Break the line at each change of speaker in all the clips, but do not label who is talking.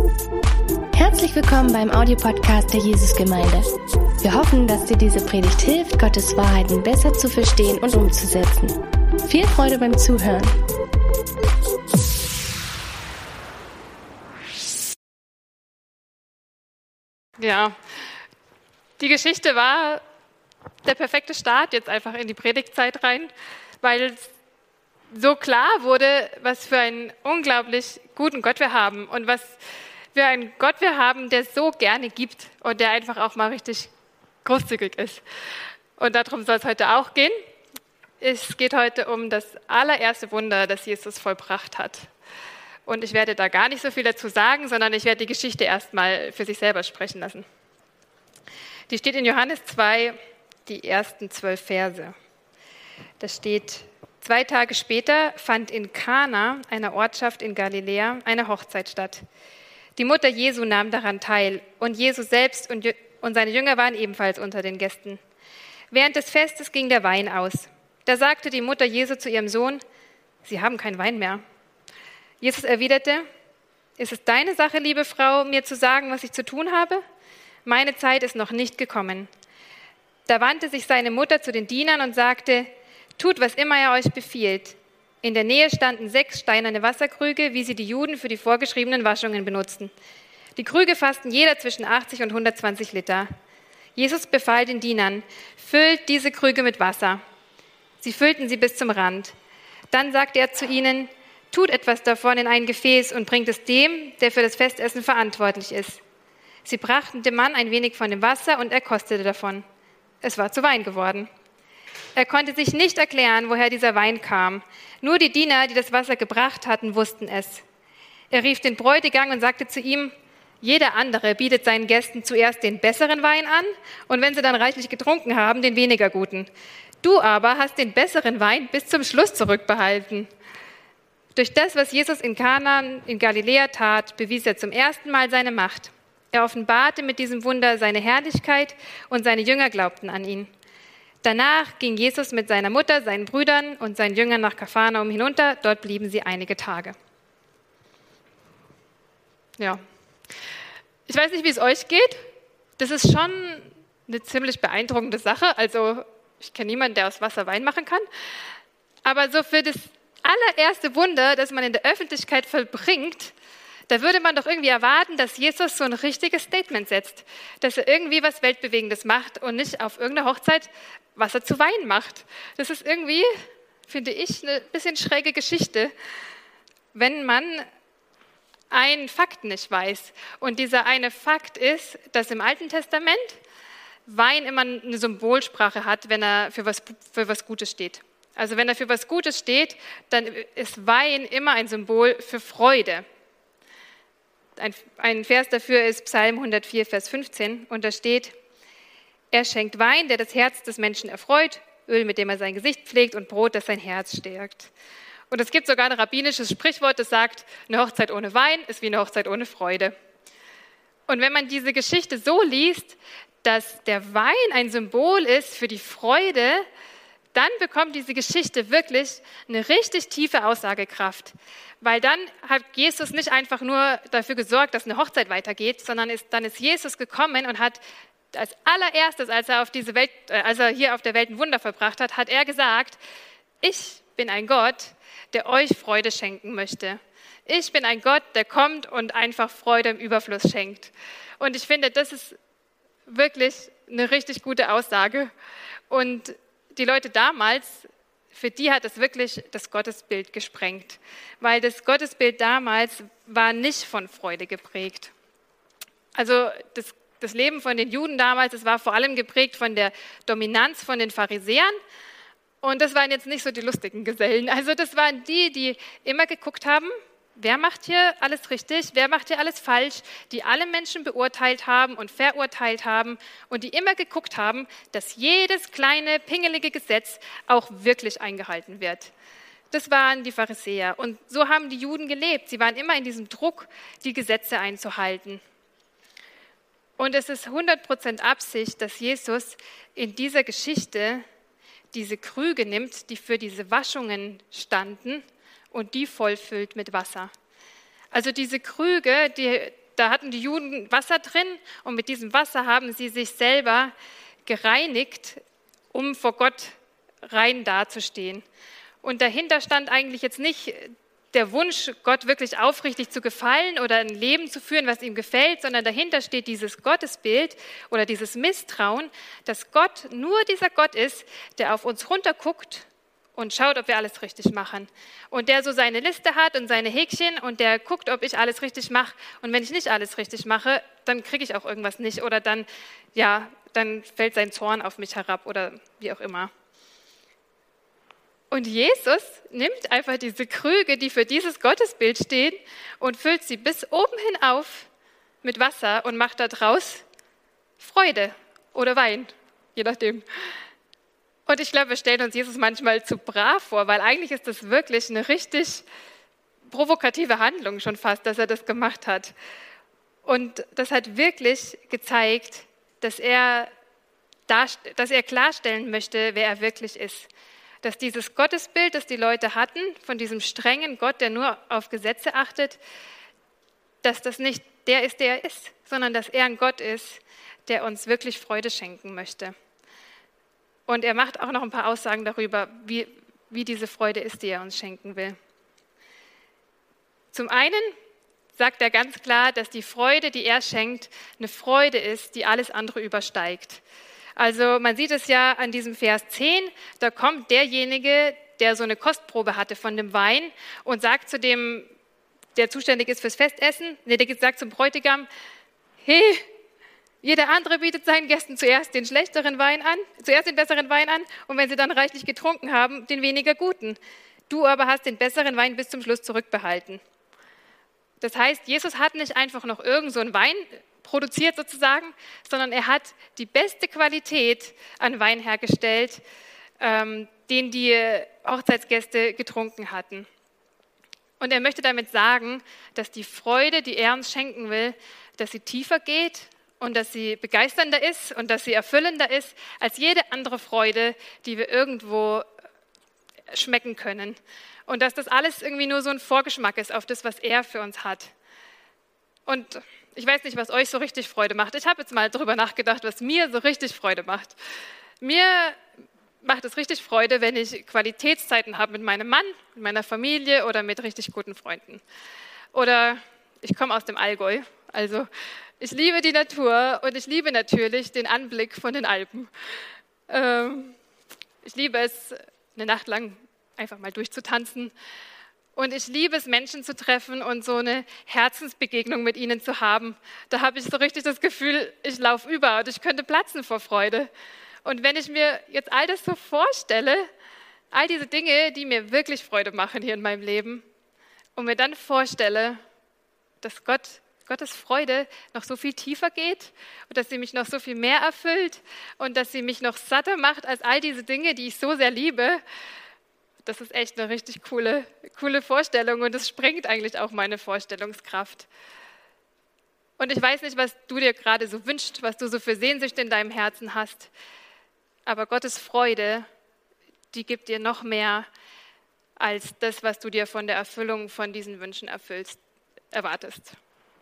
Herzlich willkommen beim Audiopodcast der Jesusgemeinde. Wir hoffen, dass dir diese Predigt hilft, Gottes Wahrheiten besser zu verstehen und umzusetzen. Viel Freude beim Zuhören.
Ja, die Geschichte war der perfekte Start jetzt einfach in die Predigtzeit rein, weil es so klar wurde, was für einen unglaublich guten Gott wir haben und was für einen Gott wir haben, der so gerne gibt und der einfach auch mal richtig großzügig ist. Und darum soll es heute auch gehen. Es geht heute um das allererste Wunder, das Jesus vollbracht hat. Und ich werde da gar nicht so viel dazu sagen, sondern ich werde die Geschichte erstmal für sich selber sprechen lassen. Die steht in Johannes 2, die ersten 12 Verse. Da steht: 2 Tage später fand in Kana, einer Ortschaft in Galiläa, eine Hochzeit statt. Die Mutter Jesu nahm daran teil und Jesus selbst und seine Jünger waren ebenfalls unter den Gästen. Während des Festes ging der Wein aus. Da sagte die Mutter Jesu zu ihrem Sohn: Sie haben keinen Wein mehr. Jesus erwiderte: Ist es deine Sache, liebe Frau, mir zu sagen, was ich zu tun habe? Meine Zeit ist noch nicht gekommen. Da wandte sich seine Mutter zu den Dienern und sagte: Tut, was immer er euch befiehlt. In der Nähe standen 6 steinerne Wasserkrüge, wie sie die Juden für die vorgeschriebenen Waschungen benutzten. Die Krüge fassten jeder zwischen 80 und 120 Liter. Jesus befahl den Dienern: Füllt diese Krüge mit Wasser. Sie füllten sie bis zum Rand. Dann sagte er zu ihnen: Tut etwas davon in ein Gefäß und bringt es dem, der für das Festessen verantwortlich ist. Sie brachten dem Mann ein wenig von dem Wasser und er kostete davon. Es war zu Wein geworden. Er konnte sich nicht erklären, woher dieser Wein kam. Nur die Diener, die das Wasser gebracht hatten, wussten es. Er rief den Bräutigam und sagte zu ihm: Jeder andere bietet seinen Gästen zuerst den besseren Wein an und wenn sie dann reichlich getrunken haben, den weniger guten. Du aber hast den besseren Wein bis zum Schluss zurückbehalten. Durch das, was Jesus in Kana in Galiläa tat, bewies er zum ersten Mal seine Macht. Er offenbarte mit diesem Wunder seine Herrlichkeit und seine Jünger glaubten an ihn. Danach ging Jesus mit seiner Mutter, seinen Brüdern und seinen Jüngern nach Kapharnaum hinunter. Dort blieben sie einige Tage. Ja, ich weiß nicht, wie es euch geht. Das ist schon eine ziemlich beeindruckende Sache. Also ich kenne niemanden, der aus Wasser Wein machen kann. Aber so für das allererste Wunder, das man in der Öffentlichkeit vollbringt, da würde man doch irgendwie erwarten, dass Jesus so ein richtiges Statement setzt, dass er irgendwie was Weltbewegendes macht und nicht auf irgendeiner Hochzeit Wasser zu Wein macht. Das ist irgendwie, finde ich, eine bisschen schräge Geschichte, wenn man einen Fakt nicht weiß. Und dieser eine Fakt ist, dass im Alten Testament Wein immer eine Symbolsprache hat, wenn er für was Gutes steht. Also wenn er für was Gutes steht, dann ist Wein immer ein Symbol für Freude. Ein Vers dafür ist Psalm 104, Vers 15 und da steht: Er schenkt Wein, der das Herz des Menschen erfreut, Öl, mit dem er sein Gesicht pflegt und Brot, das sein Herz stärkt. Und es gibt sogar ein rabbinisches Sprichwort, das sagt, eine Hochzeit ohne Wein ist wie eine Hochzeit ohne Freude. Und wenn man diese Geschichte so liest, dass der Wein ein Symbol ist für die Freude, dann bekommt diese Geschichte wirklich eine richtig tiefe Aussagekraft. Weil dann hat Jesus nicht einfach nur dafür gesorgt, dass eine Hochzeit weitergeht, sondern dann ist Jesus gekommen und hat als allererstes, als er hier auf der Welt ein Wunder verbracht hat, hat er gesagt: Ich bin ein Gott, der euch Freude schenken möchte. Ich bin ein Gott, der kommt und einfach Freude im Überfluss schenkt. Und ich finde, das ist wirklich eine richtig gute Aussage. Und die Leute damals, für die hat es wirklich das Gottesbild gesprengt, weil das Gottesbild damals war nicht von Freude geprägt. Also das Leben von den Juden damals, das war vor allem geprägt von der Dominanz von den Pharisäern und das waren jetzt nicht so die lustigen Gesellen. Also das waren die immer geguckt haben, wer macht hier alles richtig, wer macht hier alles falsch, die alle Menschen beurteilt haben und verurteilt haben und die immer geguckt haben, dass jedes kleine, pingelige Gesetz auch wirklich eingehalten wird. Das waren die Pharisäer und so haben die Juden gelebt. Sie waren immer in diesem Druck, die Gesetze einzuhalten. Und es ist 100% Absicht, dass Jesus in dieser Geschichte diese Krüge nimmt, die für diese Waschungen standen und die vollfüllt mit Wasser. Also diese Krüge, da hatten die Juden Wasser drin und mit diesem Wasser haben sie sich selber gereinigt, um vor Gott rein dazustehen. Und dahinter stand eigentlich jetzt nicht der Wunsch, Gott wirklich aufrichtig zu gefallen oder ein Leben zu führen, was ihm gefällt, sondern dahinter steht dieses Gottesbild oder dieses Misstrauen, dass Gott nur dieser Gott ist, der auf uns runterguckt und schaut, ob wir alles richtig machen. Und der so seine Liste hat und seine Häkchen und der guckt, ob ich alles richtig mache. Und wenn ich nicht alles richtig mache, dann kriege ich auch irgendwas nicht oder dann fällt sein Zorn auf mich herab oder wie auch immer. Und Jesus nimmt einfach diese Krüge, die für dieses Gottesbild stehen, und füllt sie bis oben hin auf mit Wasser und macht daraus Freude oder Wein, je nachdem. Und ich glaube, wir stellen uns Jesus manchmal zu brav vor, weil eigentlich ist das wirklich eine richtig provokative Handlung schon fast, dass er das gemacht hat. Und das hat wirklich gezeigt, dass er klarstellen möchte, wer er wirklich ist. Dass dieses Gottesbild, das die Leute hatten, von diesem strengen Gott, der nur auf Gesetze achtet, dass das nicht der ist, der er ist, sondern dass er ein Gott ist, der uns wirklich Freude schenken möchte. Und er macht auch noch ein paar Aussagen darüber, wie diese Freude ist, die er uns schenken will. Zum einen sagt er ganz klar, dass die Freude, die er schenkt, eine Freude ist, die alles andere übersteigt. Also man sieht es ja an diesem Vers 10, da kommt derjenige, der so eine Kostprobe hatte von dem Wein und sagt zu dem, der zuständig ist fürs Festessen, der sagt zum Bräutigam, hey, jeder andere bietet seinen Gästen zuerst den besseren Wein an und wenn sie dann reichlich getrunken haben, den weniger guten. Du aber hast den besseren Wein bis zum Schluss zurückbehalten. Das heißt, Jesus hat nicht einfach noch irgend so einen Wein produziert sozusagen, sondern er hat die beste Qualität an Wein hergestellt, den die Hochzeitsgäste getrunken hatten. Und er möchte damit sagen, dass die Freude, die er uns schenken will, dass sie tiefer geht und dass sie begeisternder ist und dass sie erfüllender ist als jede andere Freude, die wir irgendwo schmecken können. Und dass das alles irgendwie nur so ein Vorgeschmack ist auf das, was er für uns hat. Und ich weiß nicht, was euch so richtig Freude macht. Ich habe jetzt mal darüber nachgedacht, was mir so richtig Freude macht. Mir macht es richtig Freude, wenn ich Qualitätszeiten habe mit meinem Mann, mit meiner Familie oder mit richtig guten Freunden. Oder ich komme aus dem Allgäu, also ich liebe die Natur und ich liebe natürlich den Anblick von den Alpen. Ich liebe es, eine Nacht lang einfach mal durchzutanzen. Und ich liebe es, Menschen zu treffen und so eine Herzensbegegnung mit ihnen zu haben. Da habe ich so richtig das Gefühl, ich laufe über und ich könnte platzen vor Freude. Und wenn ich mir jetzt all das so vorstelle, all diese Dinge, die mir wirklich Freude machen hier in meinem Leben, und mir dann vorstelle, dass Gottes Freude noch so viel tiefer geht und dass sie mich noch so viel mehr erfüllt und dass sie mich noch satter macht als all diese Dinge, die ich so sehr liebe, das ist echt eine richtig coole Vorstellung und es sprengt eigentlich auch meine Vorstellungskraft. Und ich weiß nicht, was du dir gerade so wünschst, was du so für Sehnsüchte in deinem Herzen hast, aber Gottes Freude, die gibt dir noch mehr als das, was du dir von der Erfüllung von diesen Wünschen erwartest.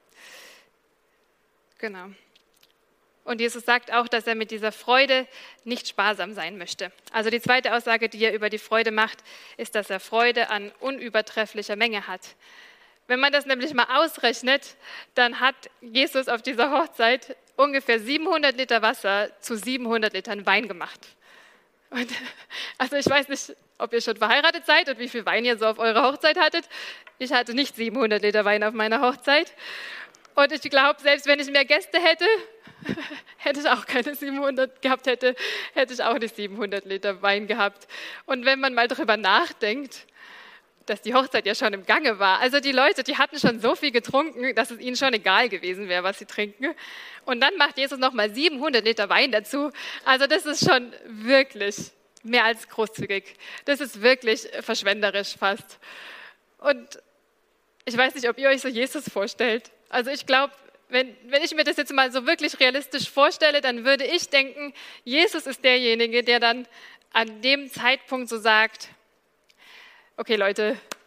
Genau. Und Jesus sagt auch, dass er mit dieser Freude nicht sparsam sein möchte. Also die zweite Aussage, die er über die Freude macht, ist, dass er Freude an unübertrefflicher Menge hat. Wenn man das nämlich mal ausrechnet, dann hat Jesus auf dieser Hochzeit ungefähr 700 Liter Wasser zu 700 Litern Wein gemacht. Und, also ich weiß nicht, ob ihr schon verheiratet seid und wie viel Wein ihr so auf eurer Hochzeit hattet. Ich hatte nicht 700 Liter Wein auf meiner Hochzeit. Und ich glaube, selbst wenn ich mehr Gäste hätte ich auch keine 700 gehabt hätte ich auch nicht 700 Liter Wein gehabt. Und wenn man mal darüber nachdenkt, dass die Hochzeit ja schon im Gange war, also die Leute, die hatten schon so viel getrunken, dass es ihnen schon egal gewesen wäre, was sie trinken. Und dann macht Jesus nochmal 700 Liter Wein dazu. Also das ist schon wirklich mehr als großzügig. Das ist wirklich verschwenderisch fast. Und ich weiß nicht, ob ihr euch so Jesus vorstellt. Also ich glaube, wenn ich mir das jetzt mal so wirklich realistisch vorstelle, dann würde ich denken, Jesus ist derjenige, der dann an dem Zeitpunkt so sagt, okay Leute,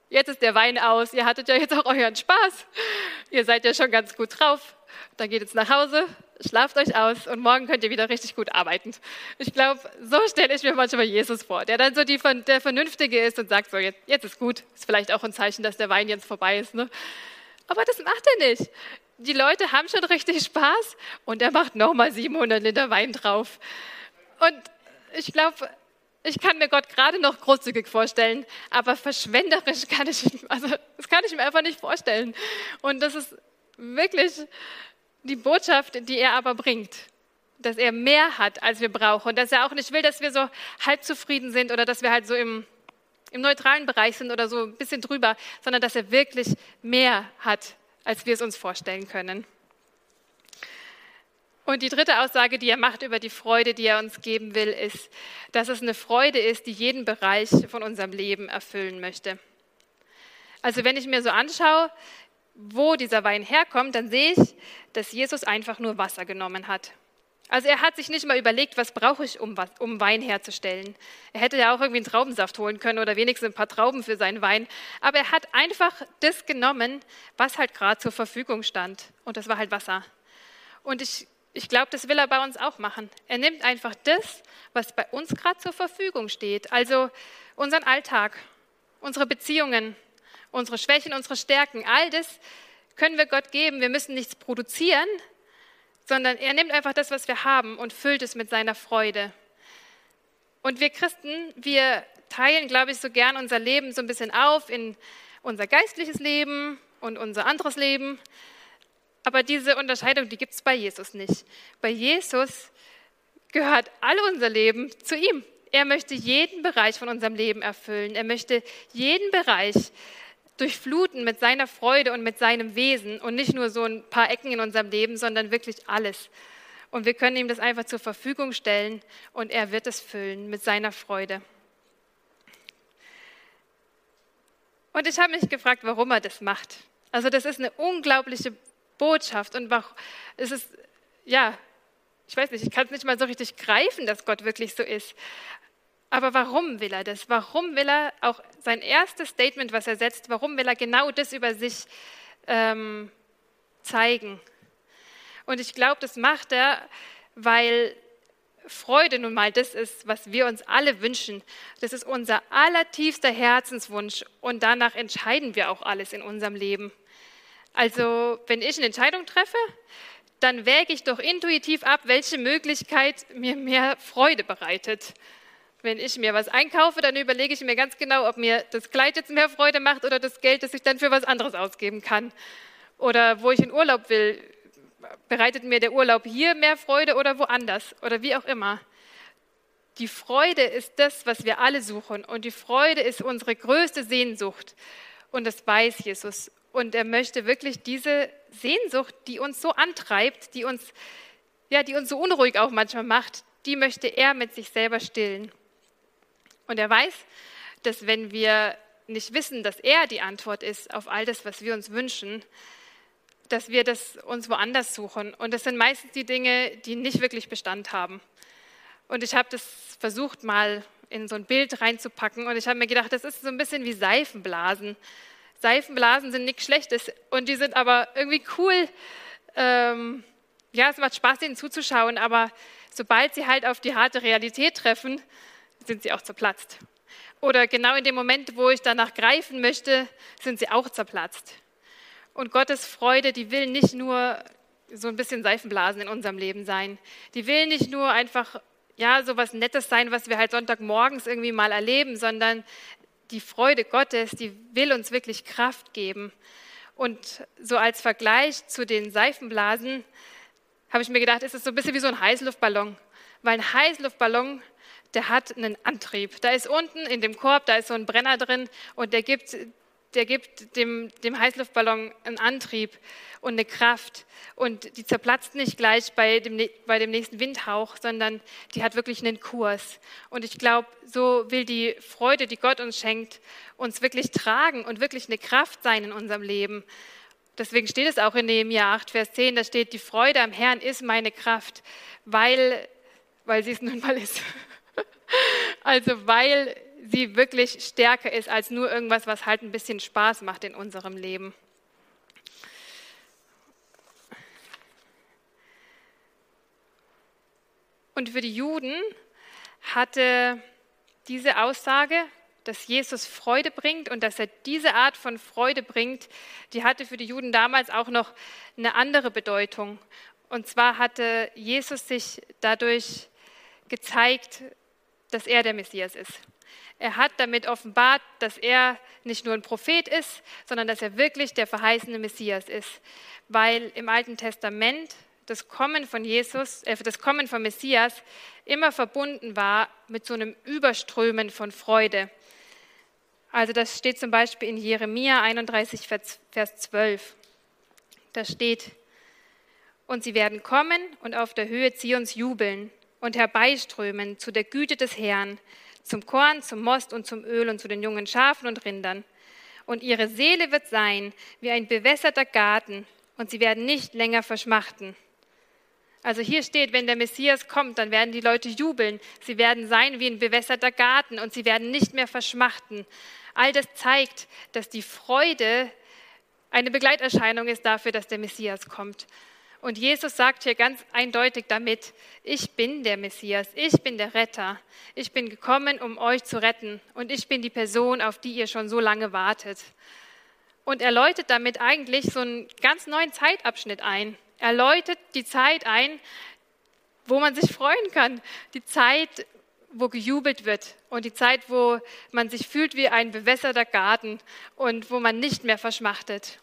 jetzt ist der Wein aus, ihr hattet ja jetzt auch euren Spaß, ihr seid ja schon ganz gut drauf, dann geht jetzt nach Hause, schlaft euch aus und morgen könnt ihr wieder richtig gut arbeiten. Ich glaube, so stelle ich mir manchmal Jesus vor, der dann so der Vernünftige ist und sagt so, jetzt ist gut, ist vielleicht auch ein Zeichen, dass der Wein jetzt vorbei ist, ne? Aber das macht er nicht. Die Leute haben schon richtig Spaß und er macht nochmal 700 Liter Wein drauf. Und ich glaube, ich kann mir Gott gerade noch großzügig vorstellen, aber verschwenderisch das kann ich mir einfach nicht vorstellen. Und das ist wirklich die Botschaft, die er aber bringt, dass er mehr hat, als wir brauchen. Und dass er auch nicht will, dass wir so halb zufrieden sind oder dass wir halt so im neutralen Bereich sind oder so ein bisschen drüber, sondern dass er wirklich mehr hat, als wir es uns vorstellen können. Und die dritte Aussage, die er macht über die Freude, die er uns geben will, ist, dass es eine Freude ist, die jeden Bereich von unserem Leben erfüllen möchte. Also wenn ich mir so anschaue, wo dieser Wein herkommt, dann sehe ich, dass Jesus einfach nur Wasser genommen hat. Also er hat sich nicht mal überlegt, was brauche ich, um Wein herzustellen. Er hätte ja auch irgendwie einen Traubensaft holen können oder wenigstens ein paar Trauben für seinen Wein. Aber er hat einfach das genommen, was halt gerade zur Verfügung stand. Und das war halt Wasser. Und ich glaube, das will er bei uns auch machen. Er nimmt einfach das, was bei uns gerade zur Verfügung steht. Also unseren Alltag, unsere Beziehungen, unsere Schwächen, unsere Stärken, all das können wir Gott geben. Wir müssen nichts produzieren, sondern er nimmt einfach das, was wir haben und füllt es mit seiner Freude. Und wir Christen, wir teilen, glaube ich, so gern unser Leben so ein bisschen auf in unser geistliches Leben und unser anderes Leben. Aber diese Unterscheidung, die gibt es bei Jesus nicht. Bei Jesus gehört all unser Leben zu ihm. Er möchte jeden Bereich von unserem Leben erfüllen. Er möchte jeden Bereich durchfluten mit seiner Freude und mit seinem Wesen und nicht nur so ein paar Ecken in unserem Leben, sondern wirklich alles. Und wir können ihm das einfach zur Verfügung stellen und er wird es füllen mit seiner Freude. Und ich habe mich gefragt, warum er das macht. Also das ist eine unglaubliche Botschaft und es ist, ja, ich weiß nicht, ich kann es nicht mal so richtig greifen, dass Gott wirklich so ist. Aber warum will er das? Warum will er auch sein erstes Statement, was er setzt, warum will er genau das über sich zeigen? Und ich glaube, das macht er, weil Freude nun mal das ist, was wir uns alle wünschen. Das ist unser allertiefster Herzenswunsch und danach entscheiden wir auch alles in unserem Leben. Also wenn ich eine Entscheidung treffe, dann wäge ich doch intuitiv ab, welche Möglichkeit mir mehr Freude bereitet. Wenn ich mir was einkaufe, dann überlege ich mir ganz genau, ob mir das Kleid jetzt mehr Freude macht oder das Geld, das ich dann für was anderes ausgeben kann. Oder wo ich in Urlaub will, bereitet mir der Urlaub hier mehr Freude oder woanders oder wie auch immer. Die Freude ist das, was wir alle suchen und die Freude ist unsere größte Sehnsucht und das weiß Jesus. Und er möchte wirklich diese Sehnsucht, die uns so antreibt, die uns so unruhig auch manchmal macht, die möchte er mit sich selber stillen. Und er weiß, dass wenn wir nicht wissen, dass er die Antwort ist auf all das, was wir uns wünschen, dass wir das uns woanders suchen. Und das sind meistens die Dinge, die nicht wirklich Bestand haben. Und ich habe das versucht, mal in so ein Bild reinzupacken. Und ich habe mir gedacht, das ist so ein bisschen wie Seifenblasen. Seifenblasen sind nichts Schlechtes und die sind aber irgendwie cool. Es macht Spaß, ihnen zuzuschauen, aber sobald sie halt auf die harte Realität treffen, sind sie auch zerplatzt. Oder genau in dem Moment, wo ich danach greifen möchte, sind sie auch zerplatzt. Und Gottes Freude, die will nicht nur so ein bisschen Seifenblasen in unserem Leben sein. Die will nicht nur einfach, so was Nettes sein, was wir halt Sonntagmorgens irgendwie mal erleben, sondern die Freude Gottes, die will uns wirklich Kraft geben. Und so als Vergleich zu den Seifenblasen habe ich mir gedacht, es ist so ein bisschen wie so ein Heißluftballon. Weil ein Heißluftballon, der hat einen Antrieb. Da ist unten in dem Korb, da ist so ein Brenner drin und der gibt dem Heißluftballon einen Antrieb und eine Kraft. Und die zerplatzt nicht gleich bei dem nächsten Windhauch, sondern die hat wirklich einen Kurs. Und ich glaube, so will die Freude, die Gott uns schenkt, uns wirklich tragen und wirklich eine Kraft sein in unserem Leben. Deswegen steht es auch in Nehemia 8, Vers 10, da steht, die Freude am Herrn ist meine Kraft, weil sie es nun mal ist. Also weil sie wirklich stärker ist als nur irgendwas, was halt ein bisschen Spaß macht in unserem Leben. Und für die Juden hatte diese Aussage, dass Jesus Freude bringt und dass er diese Art von Freude bringt, die hatte für die Juden damals auch noch eine andere Bedeutung. Und zwar hatte Jesus sich dadurch gezeigt, dass er der Messias ist. Er hat damit offenbart, dass er nicht nur ein Prophet ist, sondern dass er wirklich der verheißene Messias ist. Weil im Alten Testament das Kommen von Messias immer verbunden war mit so einem Überströmen von Freude. Also das steht zum Beispiel in Jeremia 31, Vers 12. Da steht: Und sie werden kommen und auf der Höhe Zions jubeln und herbeiströmen zu der Güte des Herrn, zum Korn, zum Most und zum Öl und zu den jungen Schafen und Rindern. Und ihre Seele wird sein wie ein bewässerter Garten und sie werden nicht länger verschmachten. Also hier steht, wenn der Messias kommt, dann werden die Leute jubeln. Sie werden sein wie ein bewässerter Garten und sie werden nicht mehr verschmachten. All das zeigt, dass die Freude eine Begleiterscheinung ist dafür, dass der Messias kommt. Und Jesus sagt hier ganz eindeutig damit: Ich bin der Messias, ich bin der Retter. Ich bin gekommen, um euch zu retten. Und ich bin die Person, auf die ihr schon so lange wartet. Und er läutet damit eigentlich so einen ganz neuen Zeitabschnitt ein. Er läutet die Zeit ein, wo man sich freuen kann. Die Zeit, wo gejubelt wird. Und die Zeit, wo man sich fühlt wie ein bewässerter Garten und wo man nicht mehr verschmachtet.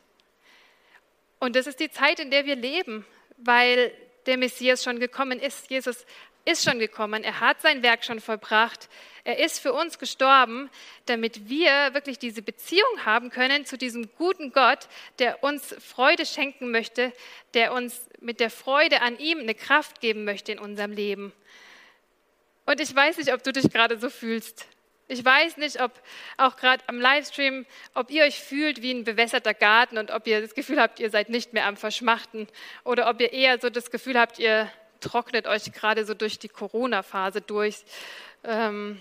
Und das ist die Zeit, in der wir leben, weil der Messias schon gekommen ist. Jesus ist schon gekommen, er hat sein Werk schon vollbracht. Er ist für uns gestorben, damit wir wirklich diese Beziehung haben können zu diesem guten Gott, der uns Freude schenken möchte, der uns mit der Freude an ihm eine Kraft geben möchte in unserem Leben. Und ich weiß nicht, ob du dich gerade so fühlst. Ich weiß nicht, ob auch gerade am Livestream, ob ihr euch fühlt wie ein bewässerter Garten und ob ihr das Gefühl habt, ihr seid nicht mehr am Verschmachten oder ob ihr eher so das Gefühl habt, ihr trocknet euch gerade so durch die Corona-Phase durch. Und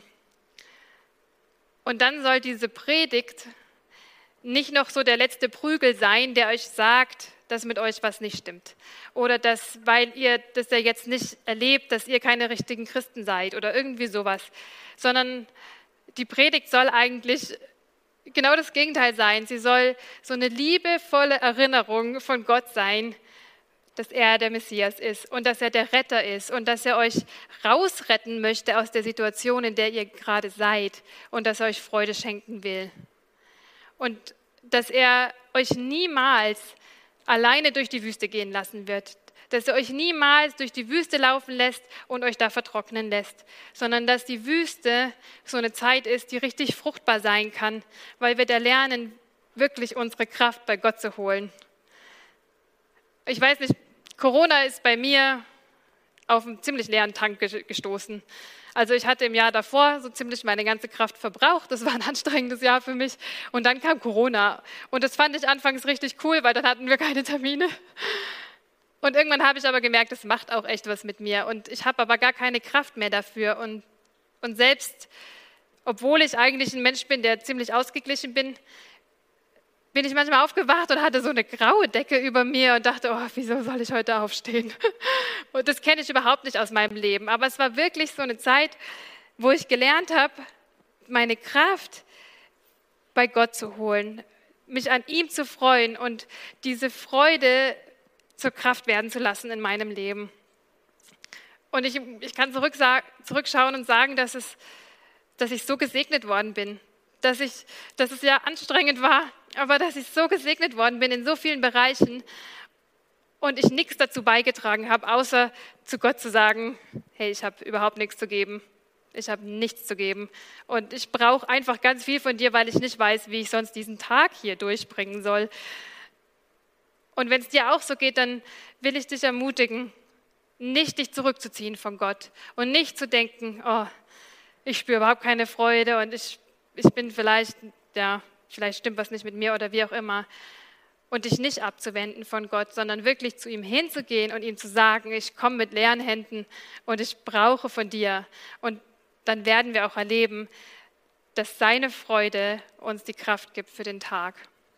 dann soll diese Predigt nicht noch so der letzte Prügel sein, der euch sagt, dass mit euch was nicht stimmt. Oder dass, weil ihr das ja jetzt nicht erlebt, dass ihr keine richtigen Christen seid oder irgendwie sowas. Sondern die Predigt soll eigentlich genau das Gegenteil sein. Sie soll so eine liebevolle Erinnerung von Gott sein, dass er der Messias ist und dass er der Retter ist und dass er euch rausretten möchte aus der Situation, in der ihr gerade seid und dass er euch Freude schenken will. Und dass er euch niemals alleine durch die Wüste gehen lassen wird, dass er euch niemals durch die Wüste laufen lässt und euch da vertrocknen lässt, sondern dass die Wüste so eine Zeit ist, die richtig fruchtbar sein kann, weil wir da lernen, wirklich unsere Kraft bei Gott zu holen. Ich weiß nicht, Corona ist bei mir auf einen ziemlich leeren Tank gestoßen. Also ich hatte im Jahr davor so ziemlich meine ganze Kraft verbraucht. Das war ein anstrengendes Jahr für mich. Und dann kam Corona. Und das fand ich anfangs richtig cool, weil dann hatten wir keine Termine. Und irgendwann habe ich aber gemerkt, es macht auch echt was mit mir. Und ich habe aber gar keine Kraft mehr dafür. Und selbst, obwohl ich eigentlich ein Mensch bin, der ziemlich ausgeglichen bin ich manchmal aufgewacht und hatte so eine graue Decke über mir und dachte, oh, wieso soll ich heute aufstehen? Und das kenne ich überhaupt nicht aus meinem Leben. Aber es war wirklich so eine Zeit, wo ich gelernt habe, meine Kraft bei Gott zu holen, mich an ihm zu freuen und diese Freude zur Kraft werden zu lassen in meinem Leben. Und ich kann zurückschauen und sagen, dass ich so gesegnet worden bin. Dass es ja anstrengend war, aber dass ich so gesegnet worden bin in so vielen Bereichen und ich nichts dazu beigetragen habe, außer zu Gott zu sagen, hey, ich habe überhaupt nichts zu geben. Ich habe nichts zu geben und ich brauche einfach ganz viel von dir, weil ich nicht weiß, wie ich sonst diesen Tag hier durchbringen soll. Und wenn es dir auch so geht, dann will ich dich ermutigen, nicht dich zurückzuziehen von Gott und nicht zu denken, oh, ich spüre überhaupt keine Freude und ich bin vielleicht stimmt was nicht mit mir oder wie auch immer. Und dich nicht abzuwenden von Gott, sondern wirklich zu ihm hinzugehen und ihm zu sagen, ich komme mit leeren Händen und ich brauche von dir. Und dann werden wir auch erleben, dass seine Freude uns die Kraft gibt für den Tag.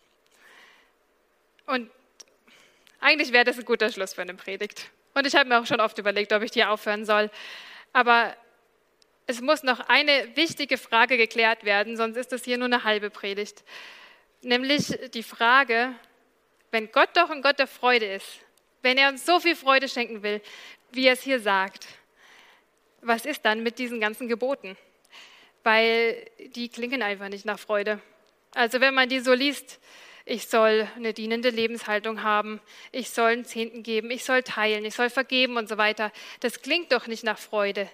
Und eigentlich wäre das ein guter Schluss für eine Predigt. Und ich habe mir auch schon oft überlegt, ob ich hier aufhören soll. Aber es muss noch eine wichtige Frage geklärt werden, sonst ist das hier nur eine halbe Predigt. Nämlich die Frage, wenn Gott doch ein Gott der Freude ist, wenn er uns so viel Freude schenken will, wie er es hier sagt, was ist dann mit diesen ganzen Geboten? Weil die klingen einfach nicht nach Freude. Also wenn man die so liest, ich soll eine dienende Lebenshaltung haben, ich soll einen Zehnten geben, ich soll teilen, ich soll vergeben und so weiter, das klingt doch nicht nach Freude.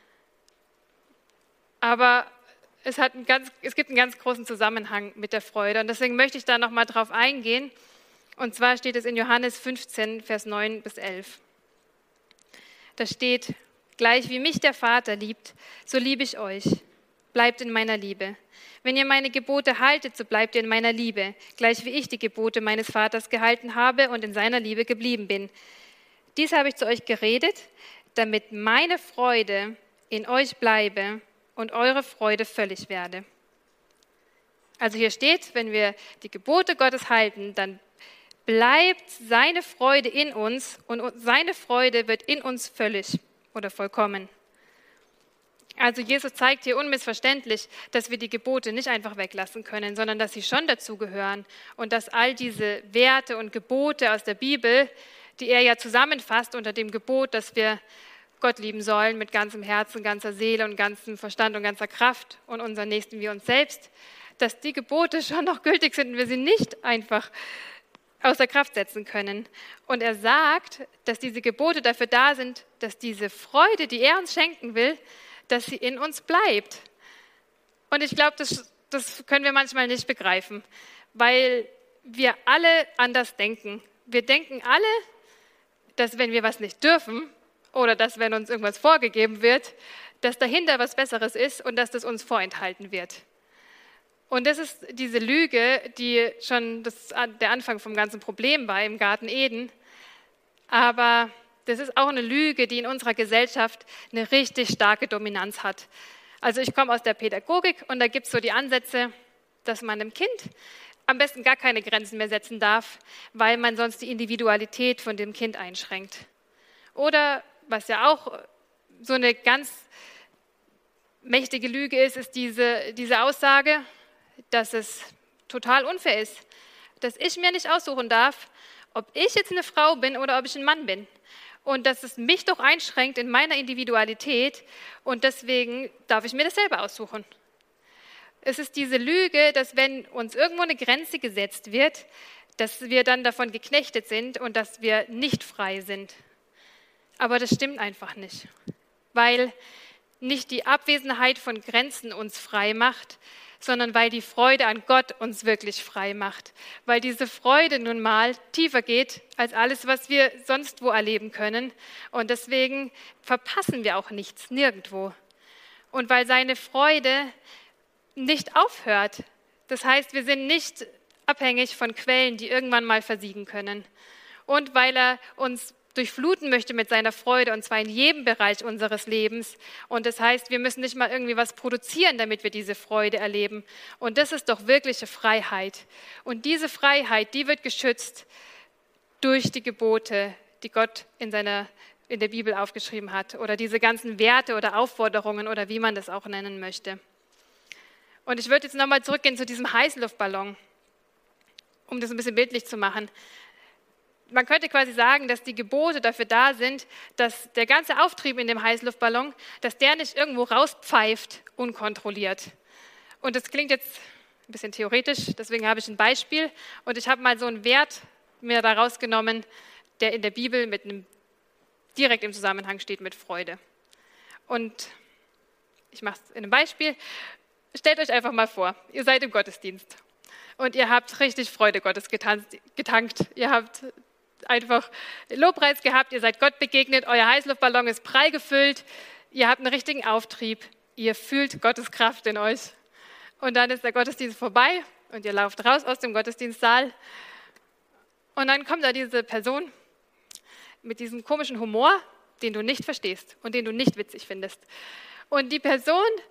Aber es gibt einen ganz großen Zusammenhang mit der Freude und deswegen möchte ich da nochmal drauf eingehen. Und zwar steht es in Johannes 15, Vers 9 bis 11. Da steht, gleich wie mich der Vater liebt, so liebe ich euch. Bleibt in meiner Liebe. Wenn ihr meine Gebote haltet, so bleibt ihr in meiner Liebe, gleich wie ich die Gebote meines Vaters gehalten habe und in seiner Liebe geblieben bin. Dies habe ich zu euch geredet, damit meine Freude in euch bleibe und eure Freude völlig werde. Also hier steht, wenn wir die Gebote Gottes halten, dann bleibt seine Freude in uns und seine Freude wird in uns völlig oder vollkommen. Also Jesus zeigt hier unmissverständlich, dass wir die Gebote nicht einfach weglassen können, sondern dass sie schon dazugehören und dass all diese Werte und Gebote aus der Bibel, die er ja zusammenfasst unter dem Gebot, dass wir Gott lieben sollen mit ganzem Herzen, ganzer Seele und ganzem Verstand und ganzer Kraft und unseren Nächsten wie uns selbst, dass die Gebote schon noch gültig sind und wir sie nicht einfach außer Kraft setzen können. Und er sagt, dass diese Gebote dafür da sind, dass diese Freude, die er uns schenken will, dass sie in uns bleibt. Und ich glaube, das können wir manchmal nicht begreifen, weil wir alle anders denken. Wir denken alle, dass wenn wir was nicht dürfen oder dass wenn uns irgendwas vorgegeben wird, dass dahinter was Besseres ist und dass das uns vorenthalten wird. Und das ist diese Lüge, die schon der Anfang vom ganzen Problem war im Garten Eden. Aber das ist auch eine Lüge, die in unserer Gesellschaft eine richtig starke Dominanz hat. Also ich komme aus der Pädagogik und da gibt es so die Ansätze, dass man dem Kind am besten gar keine Grenzen mehr setzen darf, weil man sonst die Individualität von dem Kind einschränkt. Oder was ja auch so eine ganz mächtige Lüge ist, ist diese Aussage, dass es total unfair ist, dass ich mir nicht aussuchen darf, ob ich jetzt eine Frau bin oder ob ich ein Mann bin. Und dass es mich doch einschränkt in meiner Individualität und deswegen darf ich mir das selber aussuchen. Es ist diese Lüge, dass wenn uns irgendwo eine Grenze gesetzt wird, dass wir dann davon geknechtet sind und dass wir nicht frei sind. Aber das stimmt einfach nicht, weil nicht die Abwesenheit von Grenzen uns frei macht, sondern weil die Freude an Gott uns wirklich frei macht. Weil diese Freude nun mal tiefer geht als alles, was wir sonst wo erleben können. Und deswegen verpassen wir auch nichts, nirgendwo. Und weil seine Freude nicht aufhört. Das heißt, wir sind nicht abhängig von Quellen, die irgendwann mal versiegen können. Und weil er uns durchfluten möchte mit seiner Freude, und zwar in jedem Bereich unseres Lebens. Und das heißt, wir müssen nicht mal irgendwie was produzieren, damit wir diese Freude erleben. Und das ist doch wirkliche Freiheit. Und diese Freiheit, die wird geschützt durch die Gebote, die Gott in der Bibel aufgeschrieben hat. Oder diese ganzen Werte oder Aufforderungen oder wie man das auch nennen möchte. Und ich würde jetzt nochmal zurückgehen zu diesem Heißluftballon, um das ein bisschen bildlich zu machen. Man könnte quasi sagen, dass die Gebote dafür da sind, dass der ganze Auftrieb in dem Heißluftballon, dass der nicht irgendwo rauspfeift, unkontrolliert. Und das klingt jetzt ein bisschen theoretisch, deswegen habe ich ein Beispiel. Und ich habe mal so einen Wert mir da rausgenommen, der in der Bibel direkt im Zusammenhang steht mit Freude. Und ich mache es in einem Beispiel. Stellt euch einfach mal vor, ihr seid im Gottesdienst und ihr habt richtig Freude Gottes getankt. Ihr habt einfach Lobpreis gehabt, ihr seid Gott begegnet, euer Heißluftballon ist prall gefüllt, ihr habt einen richtigen Auftrieb, ihr fühlt Gottes Kraft in euch. Und dann ist der Gottesdienst vorbei und ihr lauft raus aus dem Gottesdienstsaal und dann kommt da diese Person mit diesem komischen Humor, den du nicht verstehst und den du nicht witzig findest. Und die Person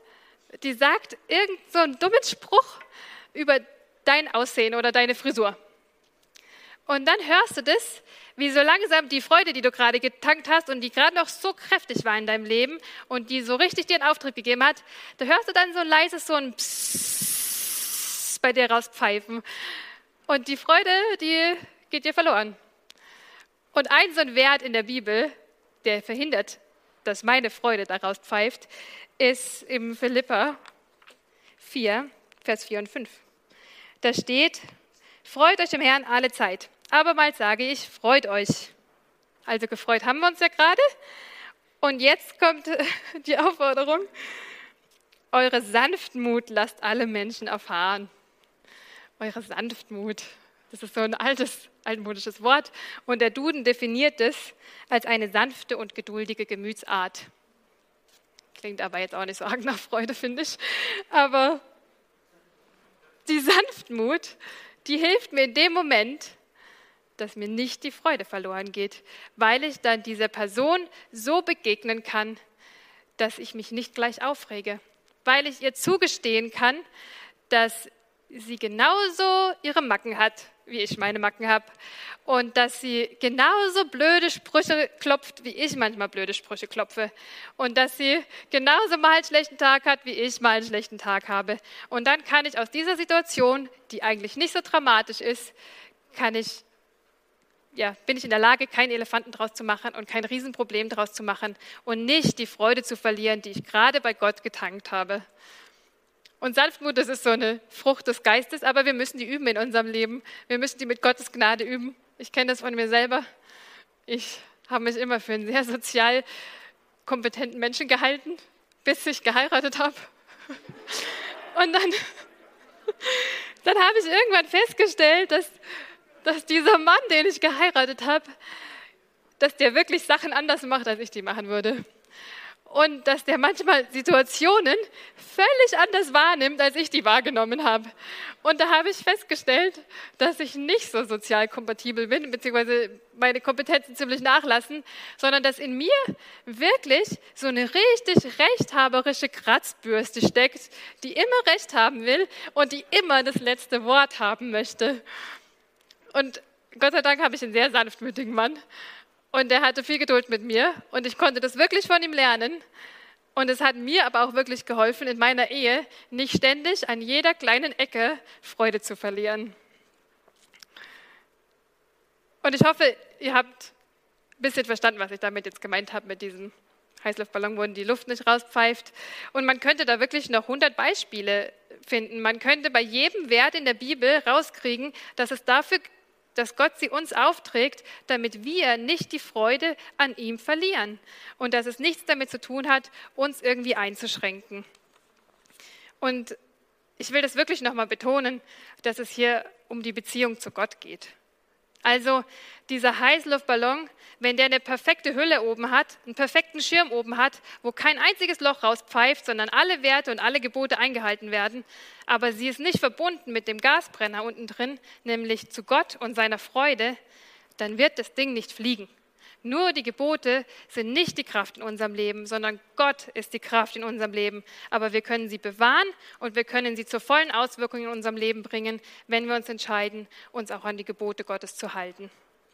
die sagt irgend so einen dummen Spruch über dein Aussehen oder deine Frisur. Und dann hörst du das, wie so langsam die Freude, die du gerade getankt hast und die gerade noch so kräftig war in deinem Leben und die so richtig dir einen Auftrieb gegeben hat, da hörst du dann so leises so ein Psst bei dir rauspfeifen. Und die Freude, die geht dir verloren. Und ein so ein Wert in der Bibel, der verhindert, dass meine Freude daraus pfeift, ist im Philipper 4, Vers 4 und 5. Da steht, freut euch im Herrn alle Zeit. Abermals sage ich, freut euch. Also gefreut haben wir uns ja gerade. Und jetzt kommt die Aufforderung, eure Sanftmut lasst alle Menschen erfahren. Eure Sanftmut. Das ist so ein altmodisches Wort. Und der Duden definiert es als eine sanfte und geduldige Gemütsart. Klingt aber jetzt auch nicht so arg nach Freude, finde ich. Aber die Sanftmut, die hilft mir in dem Moment, dass mir nicht die Freude verloren geht, weil ich dann dieser Person so begegnen kann, dass ich mich nicht gleich aufrege, weil ich ihr zugestehen kann, dass sie genauso ihre Macken hat, wie ich meine Macken habe und dass sie genauso blöde Sprüche klopft, wie ich manchmal blöde Sprüche klopfe und dass sie genauso mal einen schlechten Tag hat, wie ich mal einen schlechten Tag habe. Und dann kann ich aus dieser Situation, die eigentlich nicht so dramatisch ist, bin ich in der Lage, keinen Elefanten draus zu machen und kein Riesenproblem draus zu machen und nicht die Freude zu verlieren, die ich gerade bei Gott getankt habe. Und Sanftmut, das ist so eine Frucht des Geistes, aber wir müssen die üben in unserem Leben. Wir müssen die mit Gottes Gnade üben. Ich kenne das von mir selber. Ich habe mich immer für einen sehr sozial kompetenten Menschen gehalten, bis ich geheiratet habe. Und dann habe ich irgendwann festgestellt, dass dieser Mann, den ich geheiratet habe, dass der wirklich Sachen anders macht, als ich die machen würde. Und dass der manchmal Situationen völlig anders wahrnimmt, als ich die wahrgenommen habe. Und da habe ich festgestellt, dass ich nicht so sozial kompatibel bin, beziehungsweise meine Kompetenzen ziemlich nachlassen, sondern dass in mir wirklich so eine richtig rechthaberische Kratzbürste steckt, die immer Recht haben will und die immer das letzte Wort haben möchte. Und Gott sei Dank habe ich einen sehr sanftmütigen Mann und der hatte viel Geduld mit mir und ich konnte das wirklich von ihm lernen und es hat mir aber auch wirklich geholfen, in meiner Ehe nicht ständig an jeder kleinen Ecke Freude zu verlieren. Und ich hoffe, ihr habt ein bisschen verstanden, was ich damit jetzt gemeint habe mit diesem Heißluftballon, wo die Luft nicht rauspfeift. Und man könnte da wirklich noch 100 Beispiele finden. Man könnte bei jedem Wert in der Bibel rauskriegen, dass Gott sie uns aufträgt, damit wir nicht die Freude an ihm verlieren und dass es nichts damit zu tun hat, uns irgendwie einzuschränken. Und ich will das wirklich nochmal betonen, dass es hier um die Beziehung zu Gott geht. Also dieser Heißluftballon, wenn der eine perfekte Hülle oben hat, einen perfekten Schirm oben hat, wo kein einziges Loch rauspfeift, sondern alle Werte und alle Gebote eingehalten werden, aber sie ist nicht verbunden mit dem Gasbrenner unten drin, nämlich zu Gott und seiner Freude, dann wird das Ding nicht fliegen. Nur die Gebote sind nicht die Kraft in unserem Leben, sondern Gott ist die Kraft in unserem Leben. Aber wir können sie bewahren und wir können sie zur vollen Auswirkung in unserem Leben bringen, wenn wir uns entscheiden, uns auch an die Gebote Gottes zu halten.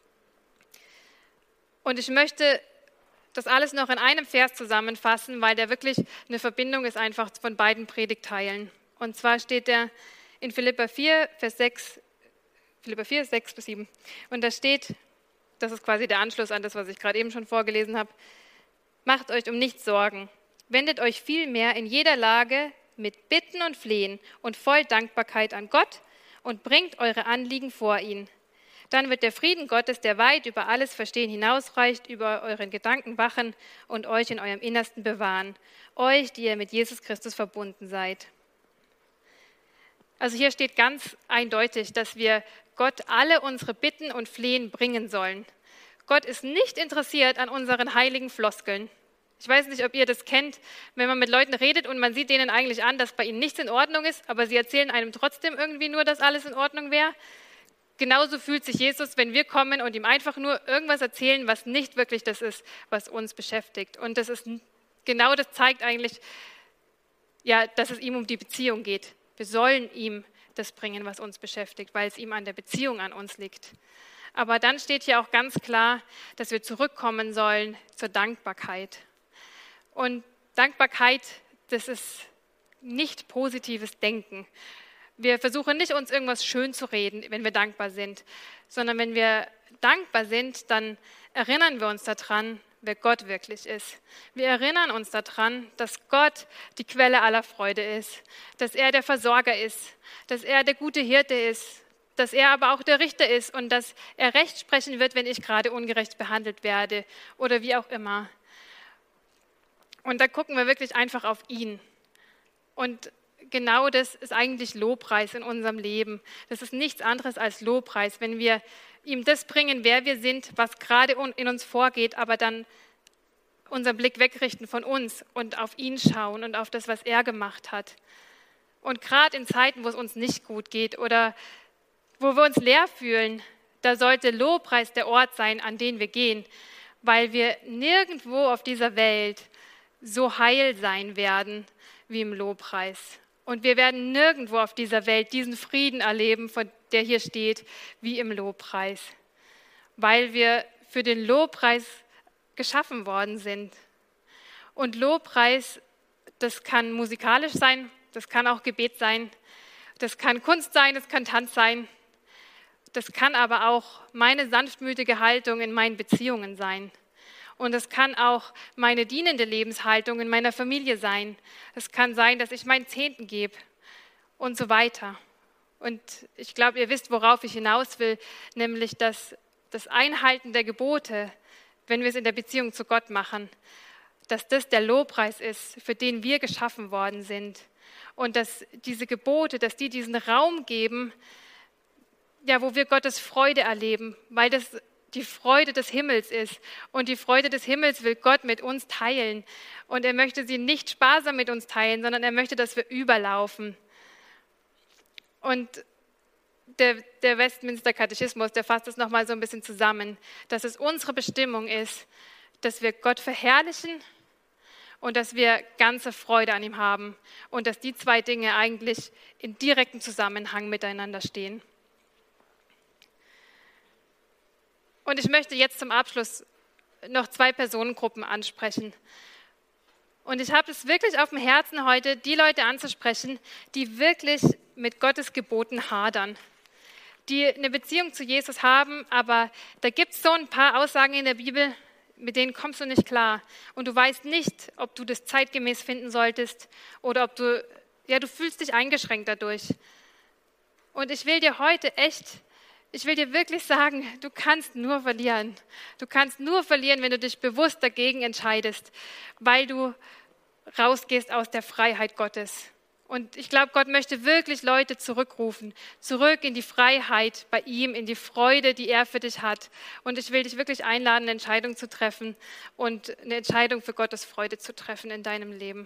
Und ich möchte das alles noch in einem Vers zusammenfassen, weil der wirklich eine Verbindung ist einfach von beiden Predigtteilen. Und zwar steht der in Philipper 4, 6 bis 7. Und da steht, das ist quasi der Anschluss an das, was ich gerade eben schon vorgelesen habe. Macht euch um nichts Sorgen. Wendet euch vielmehr in jeder Lage mit Bitten und Flehen und voll Dankbarkeit an Gott und bringt eure Anliegen vor ihn. Dann wird der Frieden Gottes, der weit über alles Verstehen hinausreicht, über euren Gedanken wachen und euch in eurem Innersten bewahren. Euch, die ihr mit Jesus Christus verbunden seid. Also hier steht ganz eindeutig, dass wir Gott alle unsere Bitten und Flehen bringen sollen. Gott ist nicht interessiert an unseren heiligen Floskeln. Ich weiß nicht, ob ihr das kennt, wenn man mit Leuten redet und man sieht denen eigentlich an, dass bei ihnen nichts in Ordnung ist, aber sie erzählen einem trotzdem irgendwie nur, dass alles in Ordnung wäre. Genauso fühlt sich Jesus, wenn wir kommen und ihm einfach nur irgendwas erzählen, was nicht wirklich das ist, was uns beschäftigt. Und das zeigt eigentlich, ja, dass es ihm um die Beziehung geht. Wir sollen ihm das bringen, was uns beschäftigt, weil es ihm an der Beziehung an uns liegt. Aber dann steht hier auch ganz klar, dass wir zurückkommen sollen zur Dankbarkeit. Und Dankbarkeit, das ist nicht positives Denken. Wir versuchen nicht, uns irgendwas schön zu reden, wenn wir dankbar sind, sondern wenn wir dankbar sind, dann erinnern wir uns daran, wer Gott wirklich ist. Wir erinnern uns daran, dass Gott die Quelle aller Freude ist, dass er der Versorger ist, dass er der gute Hirte ist, dass er aber auch der Richter ist und dass er Recht sprechen wird, wenn ich gerade ungerecht behandelt werde oder wie auch immer. Und da gucken wir wirklich einfach auf ihn. Und genau das ist eigentlich Lobpreis in unserem Leben. Das ist nichts anderes als Lobpreis, wenn wir ihm das bringen, wer wir sind, was gerade in uns vorgeht, aber dann unseren Blick wegrichten von uns und auf ihn schauen und auf das, was er gemacht hat. Und gerade in Zeiten, wo es uns nicht gut geht oder wo wir uns leer fühlen, da sollte Lobpreis der Ort sein, an den wir gehen, weil wir nirgendwo auf dieser Welt so heil sein werden wie im Lobpreis. Und wir werden nirgendwo auf dieser Welt diesen Frieden erleben, von der hier steht, wie im Lobpreis, weil wir für den Lobpreis geschaffen worden sind. Und Lobpreis, das kann musikalisch sein, das kann auch Gebet sein, das kann Kunst sein, das kann Tanz sein, das kann aber auch meine sanftmütige Haltung in meinen Beziehungen sein. Und es kann auch meine dienende Lebenshaltung in meiner Familie sein. Es kann sein, dass ich meinen Zehnten gebe und so weiter. Und ich glaube, ihr wisst, worauf ich hinaus will, nämlich dass das Einhalten der Gebote, wenn wir es in der Beziehung zu Gott machen, dass das der Lobpreis ist, für den wir geschaffen worden sind. Und dass diese Gebote, dass die diesen Raum geben, ja, wo wir Gottes Freude erleben, weil das die Freude des Himmels ist. Und die Freude des Himmels will Gott mit uns teilen. Und er möchte sie nicht sparsam mit uns teilen, sondern er möchte, dass wir überlaufen. Und der Westminster Katechismus, der fasst das nochmal so ein bisschen zusammen, dass es unsere Bestimmung ist, dass wir Gott verherrlichen und dass wir ganze Freude an ihm haben. Und dass die zwei Dinge eigentlich in direktem Zusammenhang miteinander stehen. Und ich möchte jetzt zum Abschluss noch 2 Personengruppen ansprechen. Und ich habe es wirklich auf dem Herzen heute, die Leute anzusprechen, die wirklich mit Gottes Geboten hadern, die eine Beziehung zu Jesus haben, aber da gibt es so ein paar Aussagen in der Bibel, mit denen kommst du nicht klar. Und du weißt nicht, ob du das zeitgemäß finden solltest oder ob du fühlst dich eingeschränkt dadurch. Und ich will dir wirklich sagen, du kannst nur verlieren. Du kannst nur verlieren, wenn du dich bewusst dagegen entscheidest, weil du rausgehst aus der Freiheit Gottes. Und ich glaube, Gott möchte wirklich Leute zurückrufen, zurück in die Freiheit bei ihm, in die Freude, die er für dich hat. Und ich will dich wirklich einladen, eine Entscheidung zu treffen und eine Entscheidung für Gottes Freude zu treffen in deinem Leben.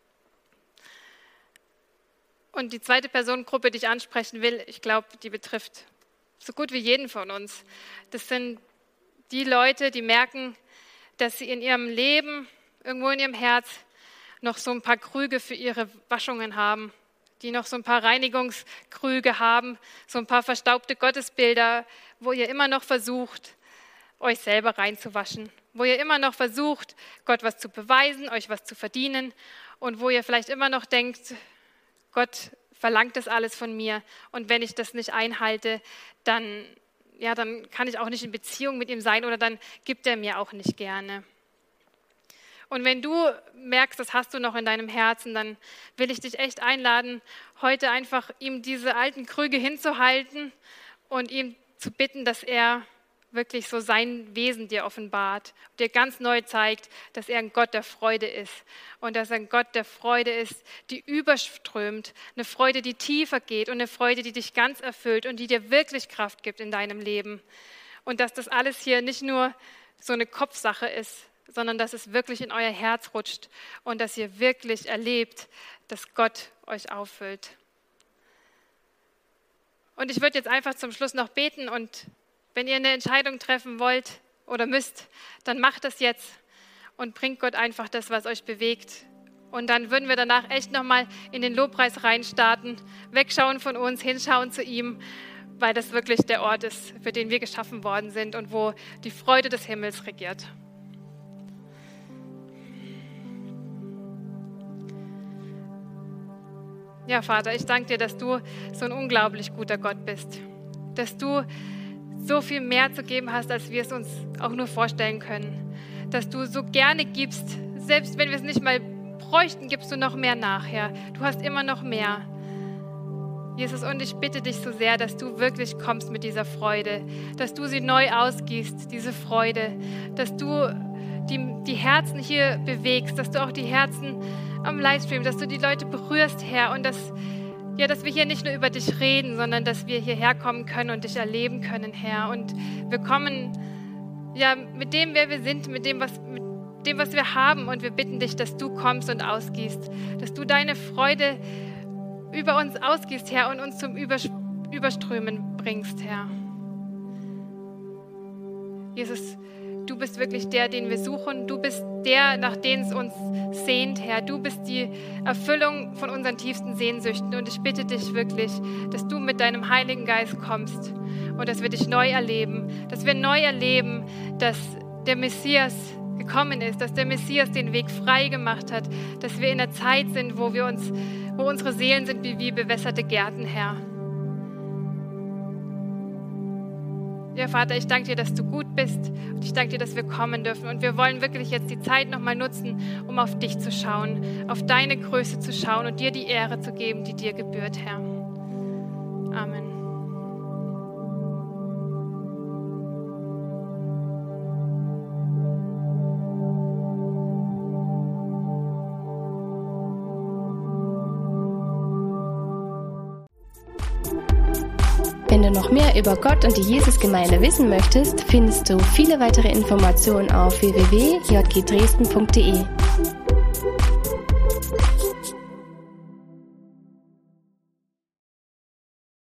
Und die zweite Personengruppe, die ich ansprechen will, ich glaube, die betrifft so gut wie jeden von uns. Das sind die Leute, die merken, dass sie in ihrem Leben, irgendwo in ihrem Herz, noch so ein paar Krüge für ihre Waschungen haben, die noch so ein paar Reinigungskrüge haben, so ein paar verstaubte Gottesbilder, wo ihr immer noch versucht, euch selber reinzuwaschen, wo ihr immer noch versucht, Gott was zu beweisen, euch was zu verdienen und wo ihr vielleicht immer noch denkt, Gott verlangt das alles von mir und wenn ich das nicht einhalte, dann kann ich auch nicht in Beziehung mit ihm sein oder dann gibt er mir auch nicht gerne. Und wenn du merkst, das hast du noch in deinem Herzen, dann will ich dich echt einladen, heute einfach ihm diese alten Krüge hinzuhalten und ihm zu bitten, dass er wirklich so sein Wesen dir offenbart, dir ganz neu zeigt, dass er ein Gott der Freude ist und dass er ein Gott der Freude ist, die überströmt, eine Freude, die tiefer geht und eine Freude, die dich ganz erfüllt und die dir wirklich Kraft gibt in deinem Leben. Und dass das alles hier nicht nur so eine Kopfsache ist, sondern dass es wirklich in euer Herz rutscht und dass ihr wirklich erlebt, dass Gott euch auffüllt. Und ich würde jetzt einfach zum Schluss noch beten und wenn ihr eine Entscheidung treffen wollt oder müsst, dann macht das jetzt und bringt Gott einfach das, was euch bewegt Und dann würden wir danach echt nochmal in den Lobpreis reinstarten, wegschauen von uns, hinschauen zu ihm, weil das wirklich der Ort ist, für den wir geschaffen worden sind und wo die Freude des Himmels regiert. Ja, Vater, ich danke dir, dass du so ein unglaublich guter Gott bist, dass du so viel mehr zu geben hast, als wir es uns auch nur vorstellen können, dass du so gerne gibst, selbst wenn wir es nicht mal bräuchten, gibst du noch mehr nachher. Du hast immer noch mehr. Jesus, und ich bitte dich so sehr, dass du wirklich kommst mit dieser Freude, dass du sie neu ausgießt, diese Freude, dass du die Herzen hier bewegst, dass du auch die Herzen am Livestream, dass du die Leute berührst, Herr, und dass wir hier nicht nur über dich reden, sondern dass wir hierher kommen können und dich erleben können, Herr. Und wir kommen mit dem, wer wir sind, mit dem, was wir haben, und wir bitten dich, dass du kommst und ausgießt, dass du deine Freude über uns ausgießt, Herr, und uns zum Überströmen bringst, Herr. Jesus, du bist wirklich der, den wir suchen. Du bist der, nach dem es uns sehnt, Herr. Du bist die Erfüllung von unseren tiefsten Sehnsüchten. Und ich bitte dich wirklich, dass du mit deinem Heiligen Geist kommst und dass wir dich neu erleben. Dass wir neu erleben, dass der Messias gekommen ist, dass der Messias den Weg frei gemacht hat, dass wir in der Zeit sind, wo unsere Seelen sind wie bewässerte Gärten, Herr. Ja, Vater, ich danke dir, dass du gut bist, und ich danke dir, dass wir kommen dürfen, und wir wollen wirklich jetzt die Zeit nochmal nutzen, um auf dich zu schauen, auf deine Größe zu schauen und dir die Ehre zu geben, die dir gebührt, Herr. Amen.
Wenn du noch mehr über Gott und die Jesusgemeinde wissen möchtest, findest du viele weitere Informationen auf www.jgdresden.de.